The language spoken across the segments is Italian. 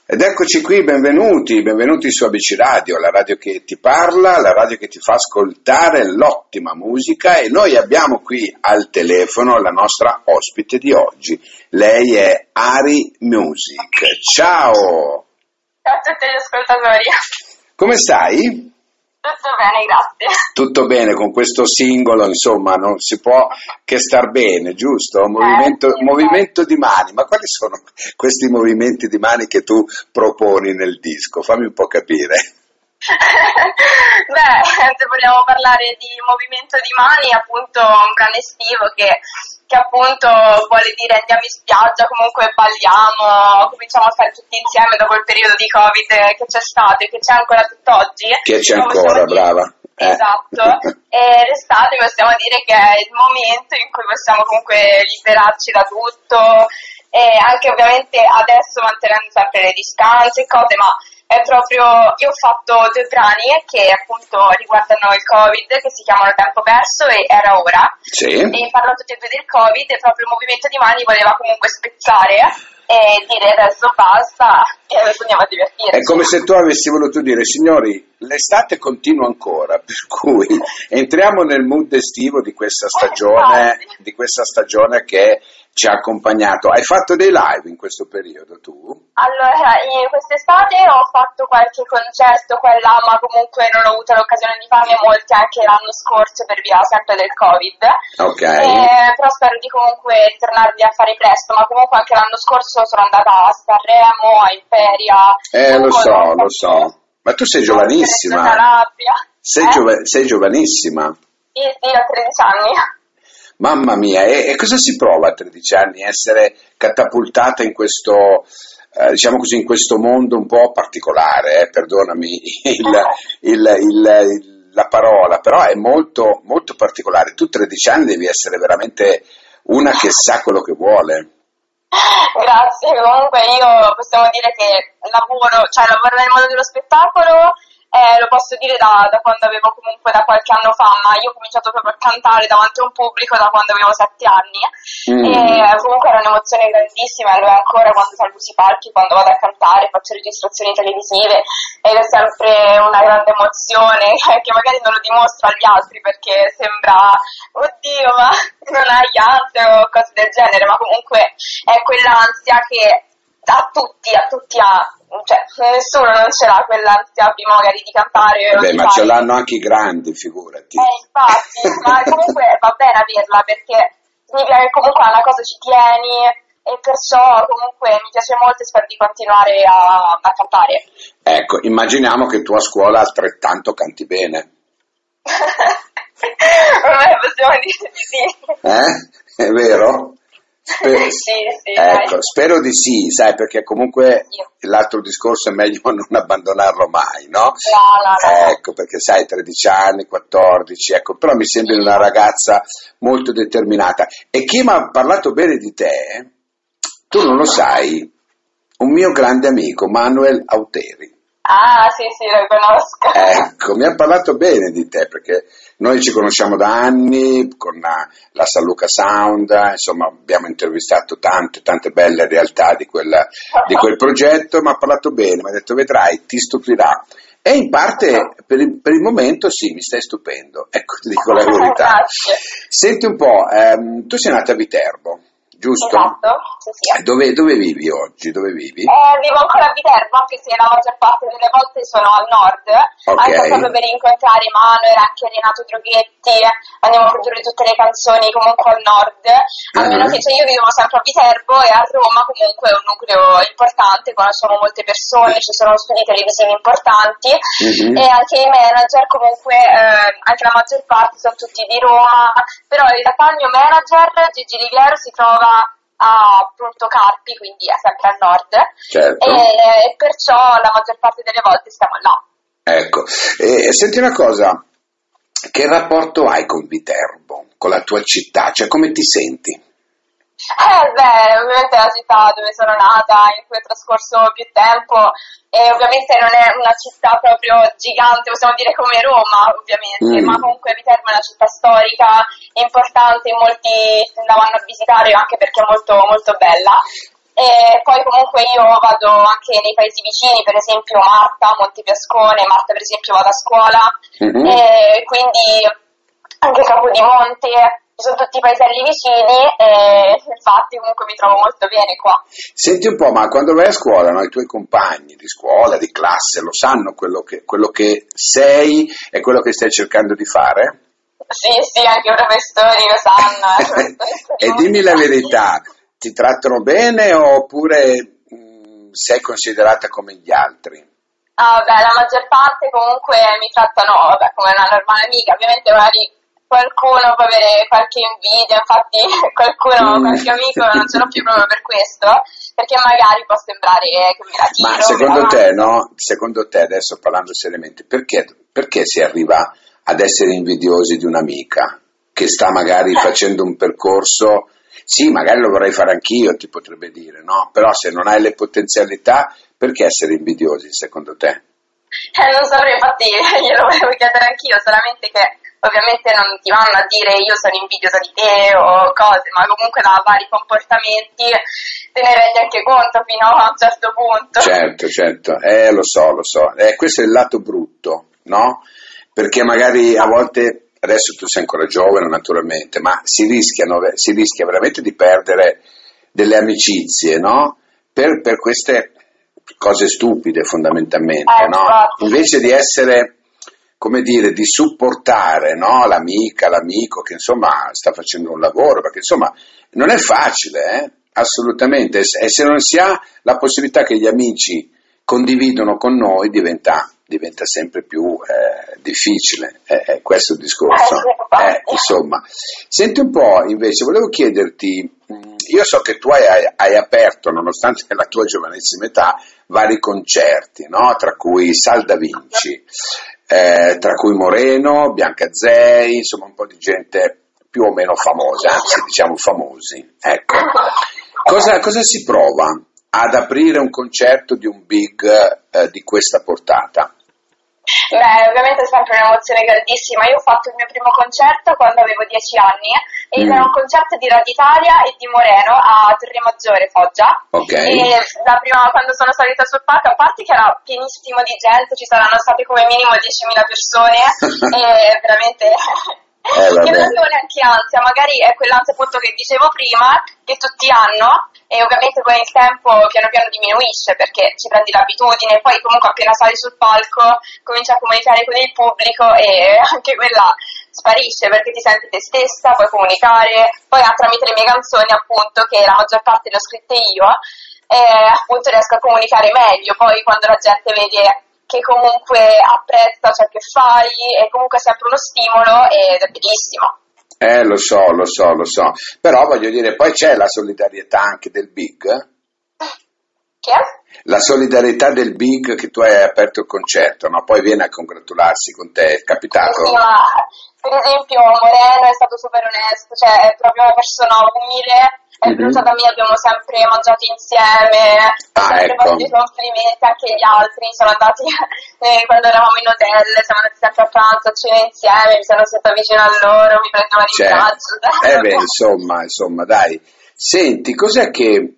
Ed eccoci qui, benvenuti su ABC Radio, la radio che ti parla, la radio che ti fa ascoltare l'ottima musica, e noi abbiamo qui al telefono la nostra ospite di oggi. Lei è Ari Music. Ciao! Ciao a tutti gli ascoltatori. Come stai? Tutto bene, grazie. Tutto bene, con questo singolo, insomma, non si può che star bene, giusto? Movimento di mani, ma quali sono questi movimenti di mani che tu proponi nel disco? Fammi un po' capire. Se vogliamo parlare di movimento di mani, appunto un brano estivo che appunto vuole dire andiamo in spiaggia, comunque balliamo, cominciamo a stare tutti insieme dopo il periodo di Covid che c'è stato e che c'è ancora tutt'oggi. Che c'è ancora, brava. Esatto, e l'estate possiamo dire che è il momento in cui possiamo comunque liberarci da tutto, e anche ovviamente adesso mantenendo sempre le distanze e cose, ma è proprio, io ho fatto 2 brani che appunto riguardano il Covid, che si chiamano Tempo Perso e Era Ora, sì. E parlo tutti e 2 del Covid, e proprio il movimento di mani voleva comunque spezzare e dire adesso basta e adesso andiamo a divertirci. È come se tu avessi voluto dire: signori, l'estate continua ancora, per cui entriamo nel mood estivo di questa stagione che ci ha accompagnato. Hai fatto dei live in questo periodo tu? Allora, quest'estate ho fatto qualche concerto qua e là, ma comunque non ho avuto l'occasione di farne molti anche l'anno scorso per via sempre del Covid. Ok. Però spero di comunque ritornarli a fare presto, ma comunque anche l'anno scorso sono andata a Sanremo, a Imperia. Lo so. Ma tu sei giovanissima. Sei giovanissima. Sì, ho 13 anni. Mamma mia, e cosa si prova a 13 anni essere catapultata in questo, diciamo così, in questo mondo un po' particolare, perdonami la parola, però è molto, molto particolare. Tu 13 anni devi essere veramente una che sa quello che vuole. Grazie, comunque io possiamo dire che lavoro nel mondo dello spettacolo. Lo posso dire da quando avevo comunque da qualche anno fa, ma io ho cominciato proprio a cantare davanti a un pubblico da quando avevo 7 anni e comunque era un'emozione grandissima, e lo è ancora quando salgo sui palchi, quando vado a cantare, faccio registrazioni televisive, ed è sempre una grande emozione che magari non lo dimostro agli altri perché sembra oddio ma non hai ansia o cose del genere, ma comunque è quell'ansia che a tutti cioè nessuno non ce l'ha quell'ansia prima magari di cantare. Ma ce l'hanno anche i grandi, figurati. Infatti, ma comunque va bene averla perché significa che comunque a una cosa ci tieni, e perciò comunque mi piace molto e spero di continuare a cantare. Ecco, immaginiamo che tu a scuola altrettanto canti bene. Possiamo dire di sì. È vero? Sì, ecco, spero di sì, sai, perché comunque l'altro discorso è meglio non abbandonarlo mai, no? No. Ecco, perché sai, 13 anni, 14, ecco, però mi sembri una ragazza molto determinata. E chi mi ha parlato bene di te, tu non lo sai, un mio grande amico, Manuel Auteri. Ah, sì, lo conosco. Ecco, mi ha parlato bene di te, perché noi ci conosciamo da anni con la San Luca Sound, insomma abbiamo intervistato tante belle realtà di quel progetto, mi ha parlato bene, mi ha detto vedrai, ti stupirà. E in parte per il momento sì, mi stai stupendo, ecco, ti dico la verità. Grazie. Senti un po', tu sei nata a Viterbo, giusto? Esatto, sì. Dove vivi oggi? Dove vivi? Vivo ancora a Viterbo, anche se la maggior parte delle volte sono al nord, anche proprio per incontrare Manuel, anche Renato Droghetti, andiamo a produrre tutte le canzoni comunque al nord, almeno che io vivo sempre a Viterbo, e a Roma comunque è un nucleo importante, conosciamo molte persone, ci sono studi televisivi importanti, e anche i manager comunque, anche la maggior parte sono tutti di Roma, però in realtà il mio manager, Gigi Riglero, si trova a Pronto Carpi, quindi è sempre al nord, certo. E perciò la maggior parte delle volte stiamo là. Ecco, senti una cosa, che rapporto hai con Viterbo, con la tua città, cioè come ti senti? Ovviamente è la città dove sono nata, in cui ho trascorso più tempo, e ovviamente non è una città proprio gigante, possiamo dire come Roma, ovviamente, ma comunque Viterbo è una città storica, importante, molti la vanno a visitare anche perché è molto, molto bella. E poi comunque io vado anche nei paesi vicini, per esempio Marta, Montefiascone, Marta per esempio vado a scuola, e quindi anche Capodimonte, ci sono tutti i paeselli vicini e infatti comunque mi trovo molto bene qua. Senti un po', ma quando vai a scuola, no, i tuoi compagni di scuola, di classe, lo sanno quello che sei e quello che stai cercando di fare? Sì, anche i professori lo sanno. E dimmi la verità, ti trattano bene oppure sei considerata come gli altri? La maggior parte comunque mi trattano come una normale amica, ovviamente magari qualcuno può avere qualche invidia, infatti qualcuno, qualche amico non ce l'ho più proprio per questo, perché magari può sembrare che mi la tiro. Ma secondo te, no? Secondo te, adesso parlando seriamente, perché si arriva ad essere invidiosi di un'amica che sta magari facendo un percorso? Sì, magari lo vorrei fare anch'io, ti potrebbe dire, no? Però se non hai le potenzialità, perché essere invidiosi secondo te? Non saprei, infatti glielo volevo chiedere anch'io, solamente che ovviamente non ti vanno a dire io sono invidiosa di te o cose, ma comunque da vari comportamenti te ne rendi anche conto fino a un certo punto. Certo, lo so. Questo è il lato brutto, no? Perché magari a volte, adesso tu sei ancora giovane naturalmente, ma si rischia veramente di perdere delle amicizie, no? Per queste cose stupide fondamentalmente, no? Invece di essere, come dire, di supportare, no? L'amica, l'amico che insomma sta facendo un lavoro, perché insomma non è facile, assolutamente, e se non si ha la possibilità che gli amici condividono con noi diventa sempre più difficile, questo è il discorso. Insomma, senti un po', invece, volevo chiederti, io so che tu hai aperto, nonostante la tua giovanissima età, vari concerti, no? Tra cui Sal da Vinci, tra cui Moreno, Bianca Zei, insomma un po' di gente più o meno famosa, anzi diciamo famosi. Ecco, cosa si prova ad aprire un concerto di un big di questa portata? Ovviamente è sempre un'emozione grandissima. Io ho fatto il mio primo concerto quando avevo 10 anni e era un concerto di Radio Italia e di Moreno a Torre Maggiore, Foggia. E quando sono salita sul palco, a parte che era pienissimo di gente, ci saranno state come minimo 10.000 persone e veramente che non avevo neanche ansia, magari è quell'ansia appunto che dicevo prima, che tutti hanno, e ovviamente con il tempo piano piano diminuisce perché ci prendi l'abitudine, poi comunque appena sali sul palco cominci a comunicare con il pubblico e anche quella sparisce perché ti senti te stessa, puoi comunicare, poi tramite le mie canzoni appunto, che la maggior parte le ho scritte io, appunto riesco a comunicare meglio, poi quando la gente vede che comunque apprezza ciò che fai e comunque è sempre uno stimolo ed è bellissimo. Lo so, però voglio dire, poi c'è la solidarietà anche del big. Che? La solidarietà del big che tu hai aperto il concerto, no? Poi viene a congratularsi con te, è capitato? Sì, ma per esempio Moreno è stato super onesto, cioè è proprio una persona umile, è venuta da me, abbiamo sempre mangiato insieme, ho sempre fatto i complimenti, anche gli altri sono andati quando eravamo in hotel, siamo andati sempre a pranzo, a cena insieme, mi sono stata vicino a loro, mi prendevano in braccio. Insomma, dai. Senti, cos'è che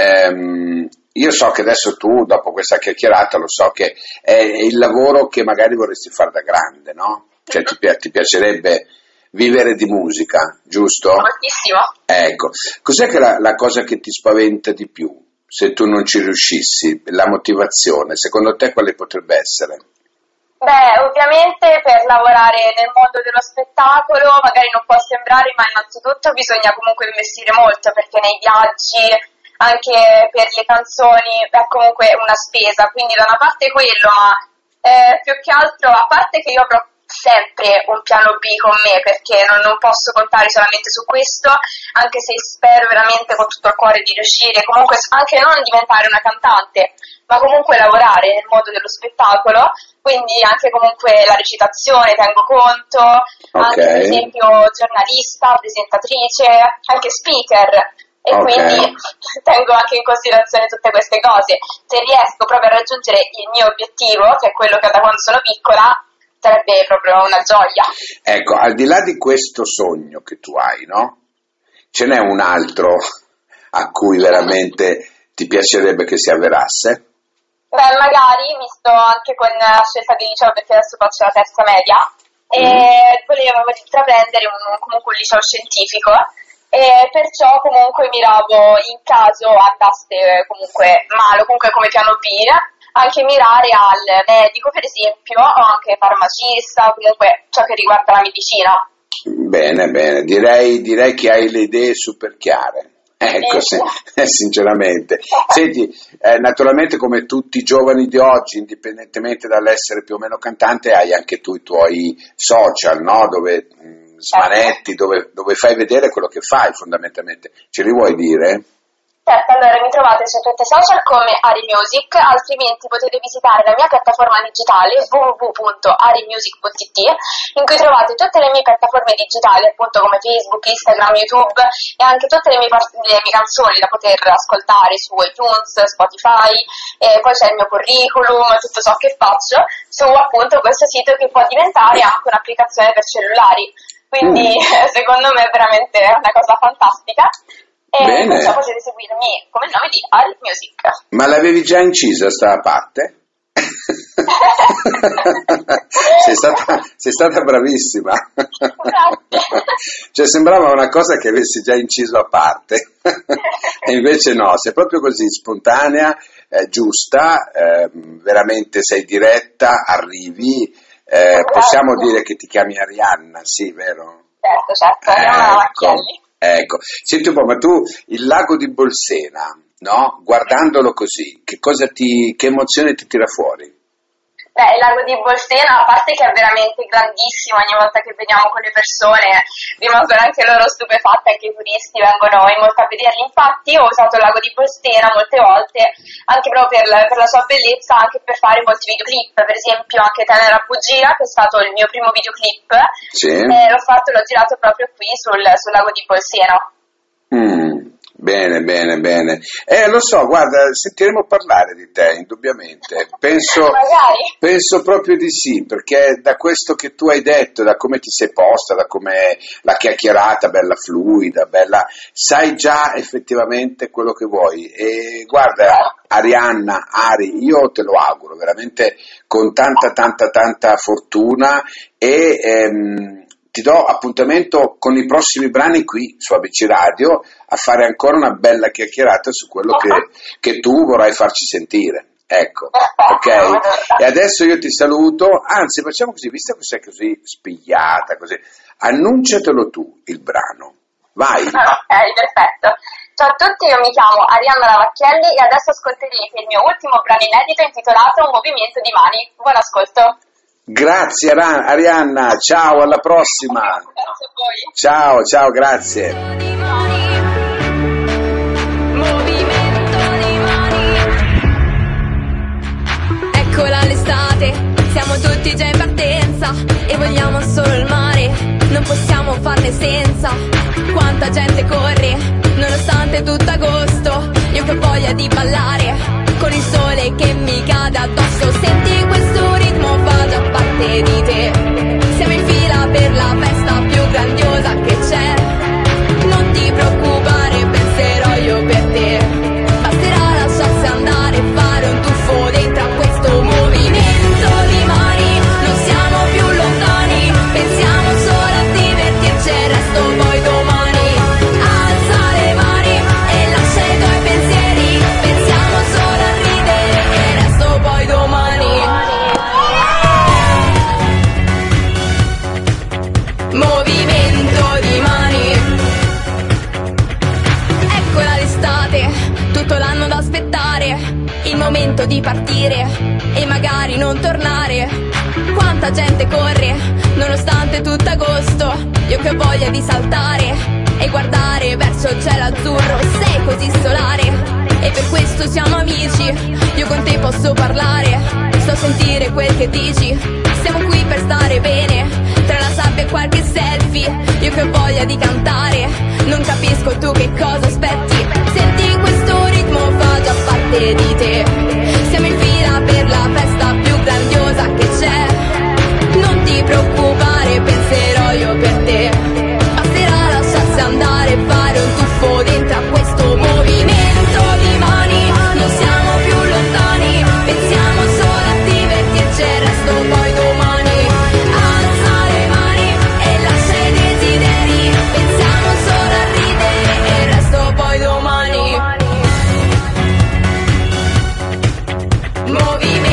io so che adesso tu, dopo questa chiacchierata, lo so che è il lavoro che magari vorresti fare da grande, no? Cioè ti piacerebbe vivere di musica, giusto? Moltissimo. Ecco, cos'è che la cosa che ti spaventa di più, se tu non ci riuscissi? La motivazione, secondo te quale potrebbe essere? Ovviamente per lavorare nel mondo dello spettacolo magari non può sembrare, ma innanzitutto bisogna comunque investire molto, perché nei viaggi, anche per le canzoni, è comunque una spesa, quindi da una parte quello, ma più che altro, a parte che io avrò sempre un piano B con me, perché non posso contare solamente su questo, anche se spero veramente con tutto il cuore di riuscire comunque anche non diventare una cantante, ma comunque lavorare nel mondo dello spettacolo, quindi anche comunque la recitazione tengo conto, anche per esempio giornalista, presentatrice, anche speaker, e quindi tengo anche in considerazione tutte queste cose. Se riesco proprio a raggiungere il mio obiettivo, che è quello che ho da quando sono piccola, sarebbe proprio una gioia. Ecco, al di là di questo sogno che tu hai, no? Ce n'è un altro a cui veramente ti piacerebbe che si avverasse? Beh, magari, visto anche con la scelta di liceo, perché adesso faccio la terza media, e volevo intraprendere comunque un liceo scientifico, e perciò comunque miravo, in caso andasse comunque male, comunque come piano B, anche mirare al medico, per esempio, o anche farmacista, comunque ciò che riguarda la medicina. Bene, bene, direi che hai le idee super chiare. Ecco, sinceramente. Senti, naturalmente come tutti i giovani di oggi, indipendentemente dall'essere più o meno cantante, hai anche tu i tuoi social, no? Dove smanetti, dove fai vedere quello che fai fondamentalmente. Ce li vuoi dire? Certo, allora mi trovate su tutti i social come Ari Music, altrimenti potete visitare la mia piattaforma digitale www.arimusic.it, in cui trovate tutte le mie piattaforme digitali, appunto come Facebook, Instagram, YouTube, e anche tutte le mie canzoni da poter ascoltare su iTunes, Spotify, e poi c'è il mio curriculum, tutto ciò che faccio su appunto questo sito, che può diventare anche un'applicazione per cellulari, quindi secondo me è veramente una cosa fantastica. E perciò potete seguirmi come il nome di Ari Music. Ma l'avevi già incisa sta parte? sei stata bravissima. Grazie. Cioè sembrava una cosa che avessi già inciso a parte e invece no, sei proprio così spontanea, giusta, veramente sei diretta, arrivi, possiamo dire che ti chiami Arianna, sì, vero? Certo, Arianna Lavacchielli. Ecco, senti un po', ma tu il lago di Bolsena, no? Guardandolo così, che emozione ti tira fuori? Beh, il lago di Bolsena, a parte che è veramente grandissimo, ogni volta che vediamo con le persone rimangono anche loro stupefatte, anche i turisti vengono in molto a vederli. Infatti ho usato il lago di Bolsena molte volte, anche proprio per la sua bellezza, anche per fare molti videoclip, per esempio anche Tenera Bugia, che è stato il mio primo videoclip, sì. L'ho girato proprio qui sul lago di Bolsena. Bene. Lo so, guarda, sentiremo parlare di te, indubbiamente. Penso proprio di sì, perché da questo che tu hai detto, da come ti sei posta, da come la chiacchierata, bella fluida, bella, sai già effettivamente quello che vuoi. E guarda, Arianna, Ari, io te lo auguro veramente con tanta fortuna e ti do appuntamento con i prossimi brani qui su ABC Radio a fare ancora una bella chiacchierata su quello che tu vorrai farci sentire. Ecco, ok? E adesso io ti saluto, anzi facciamo così, visto che sei così spigliata, così, annunciatelo tu il brano, vai! Ok, perfetto. Ciao a tutti, io mi chiamo Arianna Lavacchielli e adesso ascolterete il mio ultimo brano inedito intitolato Un movimento di mani. Buon ascolto! Grazie Arianna, ciao, alla prossima. Grazie a voi. Ciao, grazie. Movimento di mani. Eccola l'estate, siamo tutti già in partenza e vogliamo solo il mare, non possiamo farne senza. Quanta gente corre, nonostante tutto agosto, io che ho voglia di ballare con il sole che mi cade addosso. Senti questo ritmo, fa già parte di te. Siamo in fila per la festa più grandiosa che c'è. Non ti preoccupare, penserò io per te. Basterà lasciarsi andare e fare un tuffo dentro a questo movimento di mani. Non siamo più lontani, pensiamo solo a divertirci, il resto poi domani. Alza le mani e lascia i tuoi pensieri, pensiamo solo a ridere e il resto poi domani. Movimento di mani. Eccola l'estate, tutto l'anno da aspettare, il momento di partire e magari non tornare. Quanta gente corre, nonostante tutto agosto, io che ho voglia di saltare e guardare verso il cielo azzurro. Sei così solare e per questo siamo amici, io con te posso parlare, so sentire quel che dici. Siamo qui per stare bene, tra la sabbia e qualche selfie, io che ho voglia di cantare, non capisco tu che cosa aspetti. Senti questo ritmo, fa già parte di te. Siamo in fila per la festa più grandiosa che c'è. Non ti preoccupare, penserò io per te. Basterà lasciarsi andare e fare un tuffo dentro a questo movimento di mani. movimento.